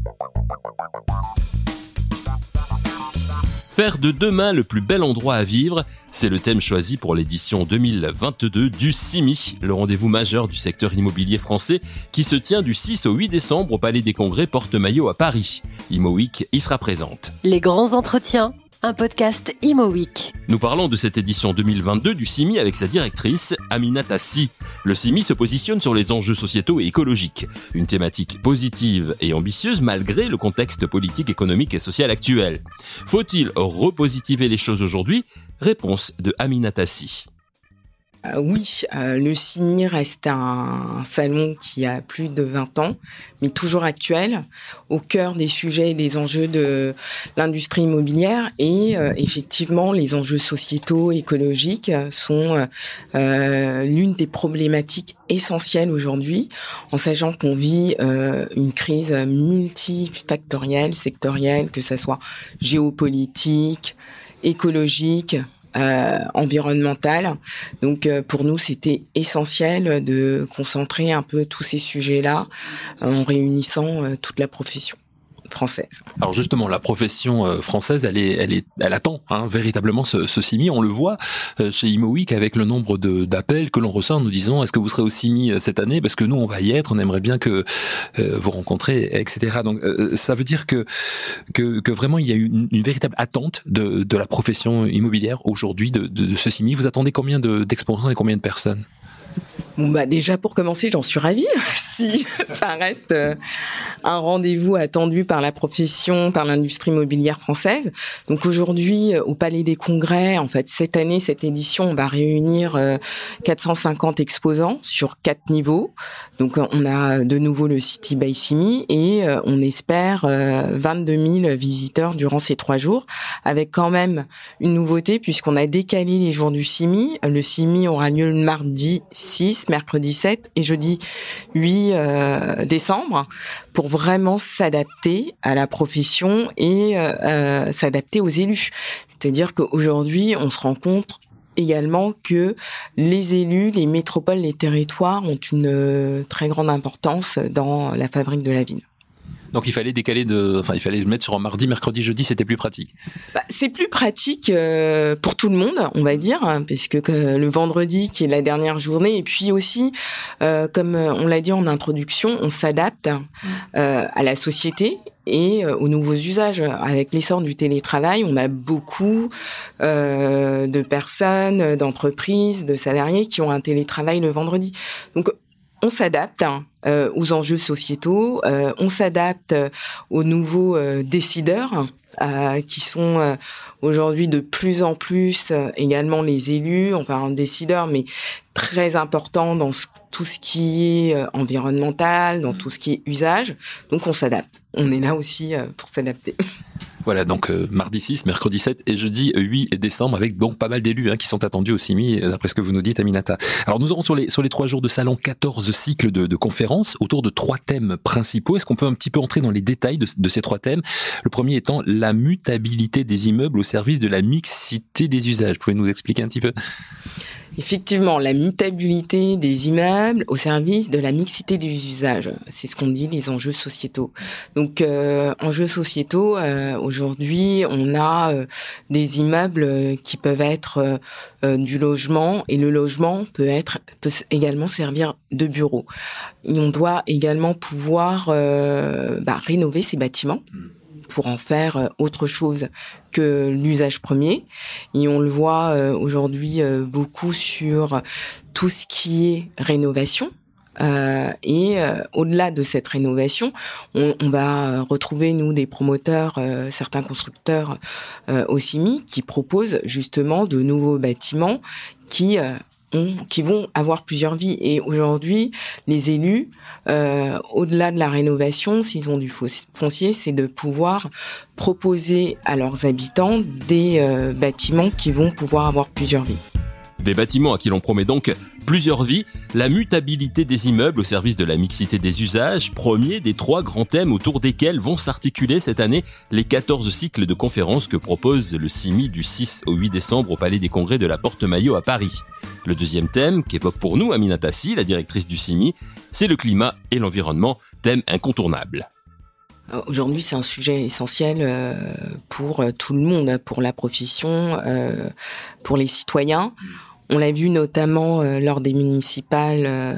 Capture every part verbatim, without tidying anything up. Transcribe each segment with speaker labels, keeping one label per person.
Speaker 1: Faire de demain le plus bel endroit à vivre, c'est le thème choisi pour l'édition deux mille vingt-deux du C I M I, le rendez-vous majeur du secteur immobilier français qui se tient du six au huit décembre au Palais des Congrès Porte-Maillot à Paris. Imo Week y sera présente.
Speaker 2: Les grands entretiens, un podcast Imo Week.
Speaker 1: Nous parlons de cette édition deux mille vingt-deux du C I M I avec sa directrice, Aminata Sy. Le C I M I se positionne sur les enjeux sociétaux et écologiques. Une thématique positive et ambitieuse malgré le contexte politique, économique et social actuel. Faut-il repositiver les choses aujourd'hui ? Réponse de Aminata Sy.
Speaker 3: Euh, oui, euh, le C I M I reste un, un salon qui a plus de vingt ans, mais toujours actuel, au cœur des sujets et des enjeux de l'industrie immobilière. Et euh, effectivement, les enjeux sociétaux, écologiques sont euh, l'une des problématiques essentielles aujourd'hui, en sachant qu'on vit euh, une crise multifactorielle, sectorielle, que ce soit géopolitique, écologique, Euh, environnementale. Donc euh, pour nous, c'était essentiel de concentrer un peu tous ces sujets-là euh, en réunissant euh, toute la profession française.
Speaker 4: Alors justement, la profession euh, française, elle est, elle est, elle attend hein, véritablement ce, ce C I M I. On le voit euh, chez Imo Week avec le nombre de d'appels que l'on reçoit en nous disant est-ce que vous serez au C I M I cette année parce que nous on va y être, on aimerait bien que euh, vous rencontrez, et cetera. Donc euh, ça veut dire que que, que vraiment il y a une, une véritable attente de de la profession immobilière aujourd'hui de, de, de ce C I M I. Vous attendez combien de d'exposants et combien de personnes?
Speaker 3: Bon bah déjà pour commencer, j'en suis ravie. Si ça reste euh, un rendez-vous attendu par la profession, par l'industrie immobilière française. Donc aujourd'hui, euh, au Palais des Congrès, en fait cette année, cette édition, on va réunir euh, quatre cent cinquante exposants sur quatre niveaux. Donc euh, on a de nouveau le City by C I M I et euh, on espère euh, vingt-deux mille visiteurs durant ces trois jours, avec quand même une nouveauté puisqu'on a décalé les jours du C I M I. Le C I M I aura lieu le mardi six, mercredi sept et jeudi huit euh, décembre pour vraiment s'adapter à la profession et euh, euh, s'adapter aux élus. C'est-à-dire qu'aujourd'hui, on se rend compte également que les élus, les métropoles, les territoires ont une euh, très grande importance dans la fabrique de la ville.
Speaker 4: Donc il fallait décaler de, enfin il fallait le mettre sur un mardi, mercredi, jeudi, c'était plus pratique.
Speaker 3: Bah, c'est plus pratique euh, pour tout le monde, on va dire, hein, parce que, que le vendredi qui est la dernière journée, et puis aussi, euh, comme on l'a dit en introduction, on s'adapte euh, à la société et euh, aux nouveaux usages. Avec l'essor du télétravail, on a beaucoup euh, de personnes, d'entreprises, de salariés qui ont un télétravail le vendredi. Donc on s'adapte hein, euh, aux enjeux sociétaux, euh, on s'adapte euh, aux nouveaux euh, décideurs euh, qui sont euh, aujourd'hui de plus en plus euh, également les élus, enfin décideurs, mais très importants dans ce, tout ce qui est euh, environnemental, dans tout ce qui est usage. Donc on s'adapte. On est là aussi euh, pour s'adapter.
Speaker 4: Voilà, donc euh, mardi six, mercredi sept et jeudi huit décembre avec donc pas mal d'élus hein, qui sont attendus au C I M I, d'après ce que vous nous dites, Aminata. Alors nous aurons sur les sur les trois jours de salon quatorze cycles de, de conférences autour de trois thèmes principaux. Est-ce qu'on peut un petit peu entrer dans les détails de, de ces trois thèmes ? Le premier étant la mutabilité des immeubles au service de la mixité des usages. Vous pouvez nous expliquer un petit peu ?
Speaker 3: Effectivement, la mutabilité des immeubles au service de la mixité des usages. C'est ce qu'on dit, les enjeux sociétaux. Donc, euh, enjeux sociétaux, euh, aujourd'hui, on a euh, des immeubles qui peuvent être euh, du logement et le logement peut être peut également servir de bureau. Et on doit également pouvoir euh, bah, rénover ces bâtiments pour en faire autre chose que l'usage premier. Et on le voit euh, aujourd'hui euh, beaucoup sur tout ce qui est rénovation. Euh, et euh, au-delà de cette rénovation, on, on va retrouver, nous, des promoteurs, euh, certains constructeurs euh, au C I M I qui proposent justement de nouveaux bâtiments qui... Euh, qui vont avoir plusieurs vies. Et aujourd'hui, les élus, euh, au-delà de la rénovation, s'ils ont du foncier, c'est de pouvoir proposer à leurs habitants des euh, bâtiments qui vont pouvoir avoir plusieurs vies.
Speaker 1: Des bâtiments à qui l'on promet donc plusieurs vies, la mutabilité des immeubles au service de la mixité des usages, premier des trois grands thèmes autour desquels vont s'articuler cette année les quatorze cycles de conférences que propose le C I M I du six au huit décembre au Palais des Congrès de la Porte-Maillot à Paris. Le deuxième thème, qu'évoque pour nous Aminata Sy, la directrice du C I M I, c'est le climat et l'environnement, thème incontournable.
Speaker 3: Aujourd'hui, c'est un sujet essentiel euh, pour euh, tout le monde, pour la profession, euh, pour les citoyens. On l'a vu notamment euh, lors des municipales euh,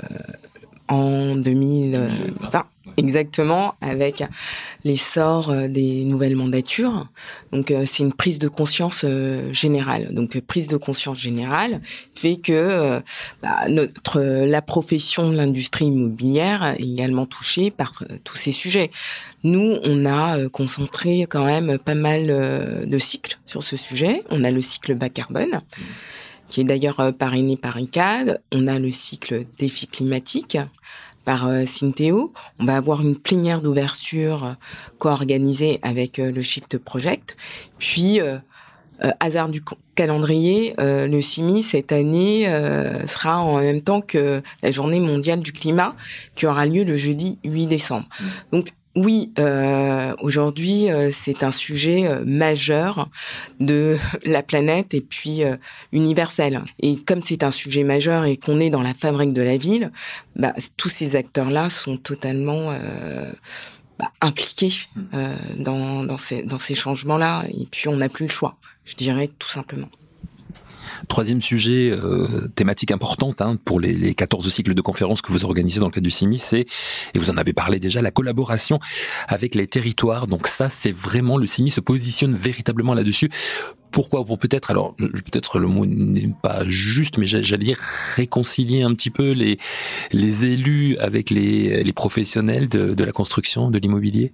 Speaker 3: en deux mille vingt, exactement, avec l'essor euh, des nouvelles mandatures. Donc, euh, c'est une prise de conscience euh, générale. Donc, euh, prise de conscience générale fait que euh, bah, notre la profession de l'industrie immobilière est également touchée par euh, tous ces sujets. Nous, on a euh, concentré quand même pas mal euh, de cycles sur ce sujet. On a le cycle bas carbone, qui est d'ailleurs euh, parrainé par I C A D. On a le cycle défi climatique par euh, Synthéo. On va avoir une plénière d'ouverture euh, co-organisée avec euh, le Shift Project. Puis, euh, euh, hasard du calendrier, euh, le C I M I, cette année, euh, sera en même temps que la Journée mondiale du climat, qui aura lieu le jeudi huit décembre. Donc, oui, euh, aujourd'hui, euh, c'est un sujet euh, majeur de la planète et puis euh, universel. Et comme c'est un sujet majeur et qu'on est dans la fabrique de la ville, bah, tous ces acteurs-là sont totalement euh, bah, impliqués euh, dans, dans, ces, dans ces changements-là. Et puis, on n'a plus le choix, je dirais tout simplement.
Speaker 4: Troisième sujet, euh, thématique importante hein, pour les, les quatorze cycles de conférences que vous organisez dans le cadre du C I M I, c'est, et vous en avez parlé déjà, la collaboration avec les territoires. Donc ça, c'est vraiment, le C I M I se positionne véritablement là-dessus. Pourquoi ? Pour peut-être, alors peut-être le mot n'est pas juste, mais j'allais dire réconcilier un petit peu les, les élus avec les, les professionnels de, de la construction, de l'immobilier.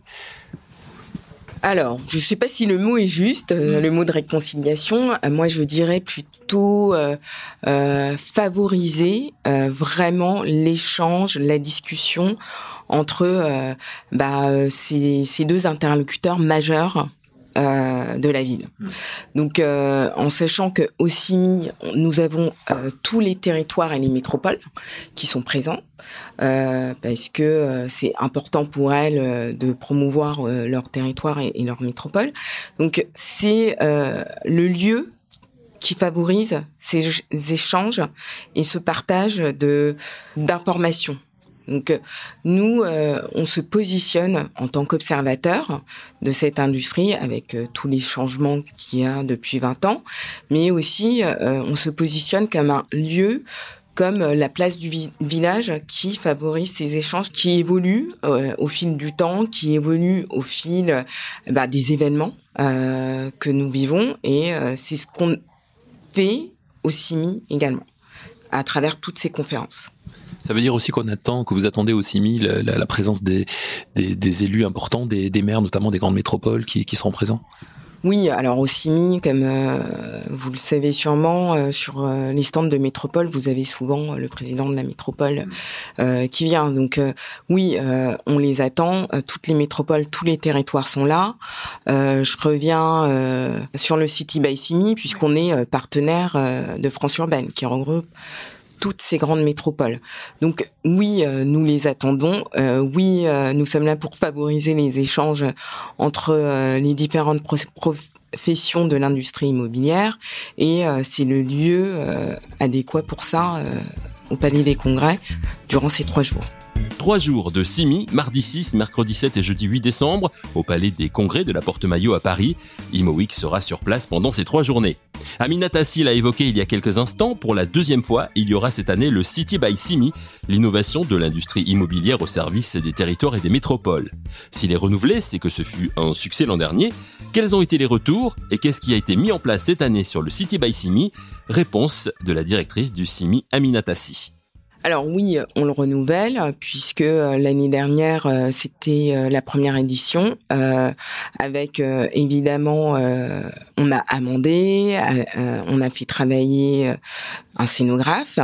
Speaker 3: Alors, je ne sais pas si le mot est juste, euh, le mot de réconciliation. Euh, moi, je dirais plutôt euh, euh, favoriser euh, vraiment l'échange, la discussion entre euh, bah, ces, ces deux interlocuteurs majeurs euh, de la ville. Donc, euh, en sachant que au C I M I, nous avons euh, tous les territoires et les métropoles qui sont présents. Euh, parce que euh, c'est important pour elles euh, de promouvoir euh, leur territoire et, et leur métropole. Donc c'est euh, le lieu qui favorise ces échanges et ce partage de d'informations. Donc nous, euh, on se positionne en tant qu'observateur de cette industrie avec euh, tous les changements qu'il y a depuis vingt ans, mais aussi euh, on se positionne comme un lieu comme la place du vi- village qui favorise ces échanges, qui évoluent euh, au fil du temps, qui évoluent au fil euh, bah, des événements euh, que nous vivons. Et euh, c'est ce qu'on fait au C I M I également, à travers toutes ces conférences.
Speaker 4: Ça veut dire aussi qu'on attend, que vous attendez au C I M I la, la, la présence des, des, des élus importants, des, des maires, notamment des grandes métropoles qui, qui seront présents ?
Speaker 3: Oui, alors au C I M I, comme euh, vous le savez sûrement, euh, sur euh, les stands de métropole, vous avez souvent euh, le président de la métropole euh, qui vient. Donc euh, oui, euh, on les attend. Euh, toutes les métropoles, tous les territoires sont là. Euh, je reviens euh, sur le City by C I M I, puisqu'on est euh, partenaire euh, de France Urbaine, qui regroupe toutes ces grandes métropoles. Donc oui, euh, nous les attendons. Euh, oui, euh, nous sommes là pour favoriser les échanges entre euh, les différentes pro- professions de l'industrie immobilière et euh, c'est le lieu euh, adéquat pour ça euh, au Palais des Congrès durant ces trois jours.
Speaker 1: Trois jours de C I M I, mardi six, mercredi sept et jeudi huit décembre, au Palais des Congrès de la Porte-Maillot à Paris. ImoWeek sera sur place pendant ces trois journées. Amina Tassi l'a évoqué il y a quelques instants, pour la deuxième fois, il y aura cette année le City by C I M I, l'innovation de l'industrie immobilière au service des territoires et des métropoles. S'il est renouvelé, c'est que ce fut un succès l'an dernier. Quels ont été les retours et qu'est-ce qui a été mis en place cette année sur le City by C I M I ? Réponse de la directrice du C I M I, Amina Tassi.
Speaker 3: Alors oui, on le renouvelle puisque euh, l'année dernière euh, c'était euh, la première édition euh, avec euh, évidemment euh, on a amendé, euh, on a fait travailler euh, un scénographe.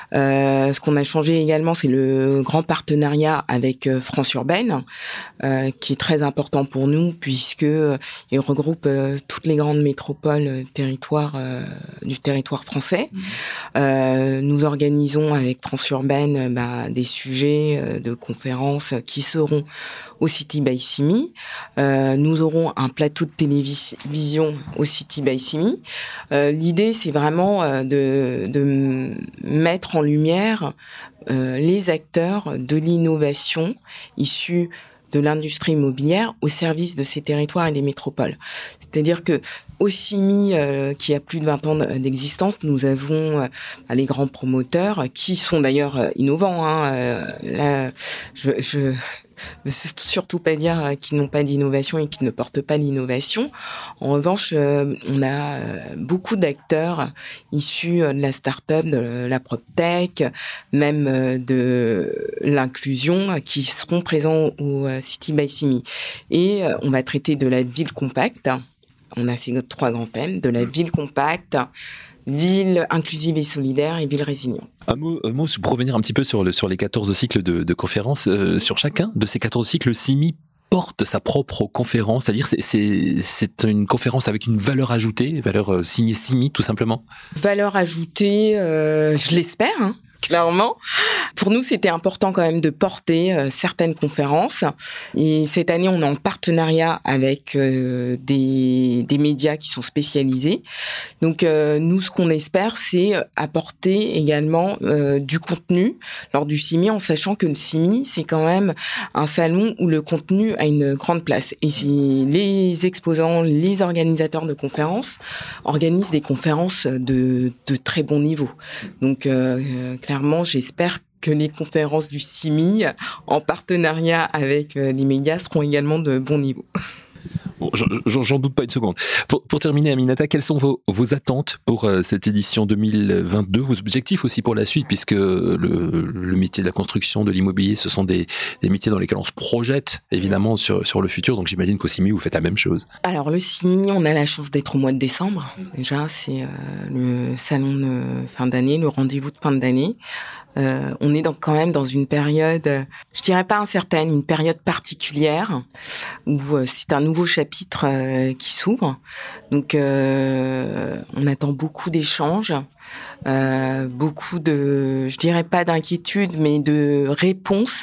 Speaker 3: Euh, ce qu'on a changé également, c'est le grand partenariat avec euh, France Urbaine, euh, qui est très important pour nous puisque euh, il regroupe euh, toutes les grandes métropoles euh, territoire, euh, du territoire français. Mmh. Euh, nous organisons avec France Urbaine euh, bah, des sujets euh, de conférences qui seront au City by C I M I. Euh, nous aurons un plateau de télévision au City by C I M I. Euh, l'idée, c'est vraiment euh, de, de mettre en lumière euh, les acteurs de l'innovation issus de l'industrie immobilière au service de ces territoires et des métropoles. C'est-à-dire que au C I M I, euh, qui a plus de vingt ans d'existence, nous avons euh, les grands promoteurs, qui sont d'ailleurs euh, innovants. Hein, euh, là, je... je ne veux surtout pas dire qu'ils n'ont pas d'innovation et qu'ils ne portent pas l'innovation. En revanche, euh, on a euh, beaucoup d'acteurs issus de la start-up, de la PropTech, même euh, de l'inclusion, qui seront présents au euh, City by C I M I. Et euh, on va traiter de la ville compacte. On a ces trois grands thèmes, de la ville compacte, ville inclusive et solidaire et ville résiliente.
Speaker 4: Un mot, un mot pour revenir un petit peu sur, le, sur les quatorze cycles de, de conférences. Euh, sur chacun de ces quatorze cycles, le C I M I porte sa propre conférence, c'est-à-dire c'est, c'est, c'est une conférence avec une valeur ajoutée, valeur euh, signée C I M I tout simplement.
Speaker 3: Valeur ajoutée, euh, je l'espère, hein. Clairement. Pour nous, c'était important quand même de porter euh, certaines conférences. Et cette année, on est en partenariat avec euh, des, des médias qui sont spécialisés. Donc, euh, nous, ce qu'on espère, c'est apporter également euh, du contenu lors du C I M I, en sachant que le C I M I, c'est quand même un salon où le contenu a une grande place. Et c'est les exposants, les organisateurs de conférences organisent des conférences de, de très bon niveau. Donc, euh, clairement, j'espère que les conférences du C I M I, en partenariat avec les médias, seront également de bon niveau.
Speaker 4: Bon, j'en, j'en doute pas une seconde. Pour, pour terminer, Aminata, quelles sont vos, vos attentes pour euh, cette édition deux mille vingt-deux, vos objectifs aussi pour la suite, puisque le, le métier de la construction, de l'immobilier, ce sont des, des métiers dans lesquels on se projette évidemment sur, sur le futur, donc j'imagine qu'au C I M I, vous faites la même chose.
Speaker 3: Alors le C I M I, on a la chance d'être au mois de décembre. Déjà, c'est euh, le salon de fin d'année, le rendez-vous de fin d'année. Euh, on est donc quand même dans une période, euh, je dirais pas incertaine, une période particulière où euh, c'est un nouveau chapitre euh, qui s'ouvre. Donc, euh, on attend beaucoup d'échanges, euh, beaucoup de, je dirais pas d'inquiétude, mais de réponses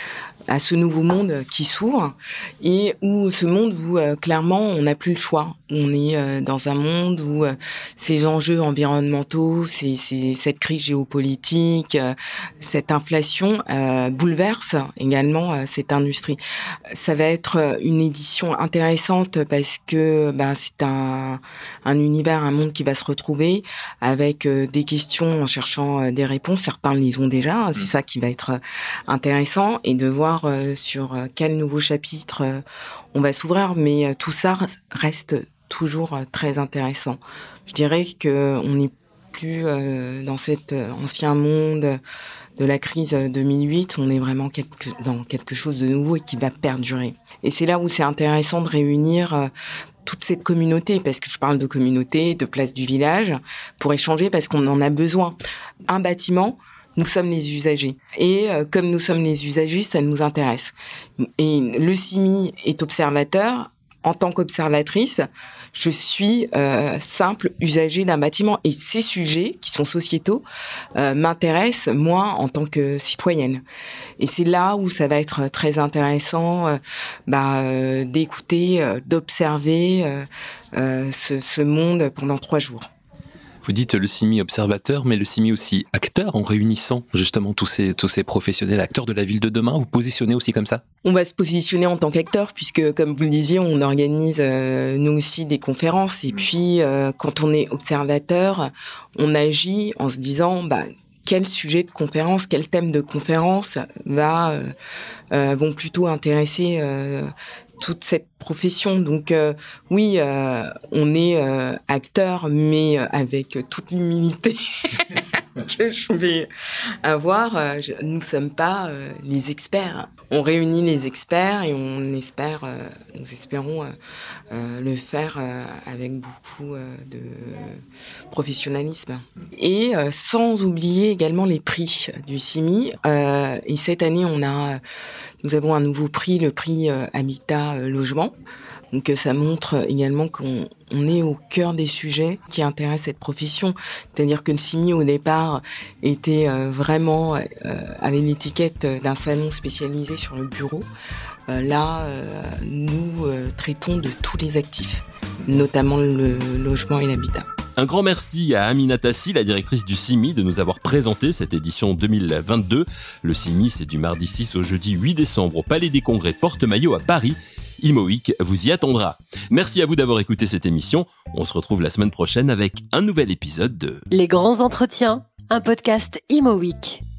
Speaker 3: à ce nouveau monde qui s'ouvre et où ce monde où euh, clairement on n'a plus le choix. On est euh, dans un monde où euh, ces enjeux environnementaux, c'est, c'est cette crise géopolitique, euh, cette inflation euh, bouleverse également euh, cette industrie. Ça va être une édition intéressante parce que ben c'est un un univers, un monde qui va se retrouver avec euh, des questions en cherchant euh, des réponses. Certains les ont déjà. C'est ça qui va être euh, intéressant et de voir euh, sur euh, quel nouveau chapitre euh, on va s'ouvrir. Mais euh, tout ça reste toujours euh, très intéressant. Je dirais que on n'est plus euh, dans cet euh, ancien monde de la crise deux mille huit, on est vraiment quelque, dans quelque chose de nouveau et qui va perdurer. Et c'est là où c'est intéressant de réunir euh, toute cette communauté, parce que je parle de communauté, de place du village, pour échanger parce qu'on en a besoin. Un bâtiment, nous sommes les usagers. Et euh, comme nous sommes les usagers, ça nous intéresse. Et le C I M I est observateur. En tant qu'observatrice, je suis euh, simple usager d'un bâtiment. Et ces sujets, qui sont sociétaux, euh, m'intéressent, moi, en tant que citoyenne. Et c'est là où ça va être très intéressant euh, bah, euh, d'écouter, euh, d'observer euh, euh, ce, ce monde pendant trois jours.
Speaker 4: Vous dites le C I M I observateur, mais le C I M I aussi acteur, en réunissant justement tous ces, tous ces professionnels, acteurs de la ville de demain. Vous positionnez aussi comme ça ?
Speaker 3: On va se positionner en tant qu'acteur, puisque, comme vous le disiez, on organise euh, nous aussi des conférences. Et puis, euh, quand on est observateur, on agit en se disant, bah, quel sujet de conférence, quel thème de conférence va, euh, euh, vont plutôt intéresser euh, toute cette profession. Donc euh, oui, euh, on est euh, acteur, mais avec toute l'humilité que je vais avoir. Euh, je, nous ne sommes pas euh, les experts. On réunit les experts et on espère, euh, nous espérons euh, euh, le faire euh, avec beaucoup euh, de professionnalisme. Et euh, sans oublier également les prix du C I M I. Euh, et cette année, on a, nous avons un nouveau prix, le prix euh, Habitat euh, Logement. Donc ça montre également qu'on on est au cœur des sujets qui intéressent cette profession. C'est-à-dire que le C I M I au départ était euh, vraiment euh, avait l'étiquette d'un salon spécialisé sur le bureau. Euh, là, euh, nous euh, traitons de tous les actifs, notamment le logement et l'habitat.
Speaker 1: Un grand merci à Amina Tassi, la directrice du C I M I, de nous avoir présenté cette édition deux mille vingt-deux. Le C I M I, c'est du mardi six au jeudi huit décembre au Palais des Congrès Porte-Maillot à Paris. Imo Week vous y attendra. Merci à vous d'avoir écouté cette émission. On se retrouve la semaine prochaine avec un nouvel épisode de
Speaker 2: Les grands entretiens, un podcast Imo Week.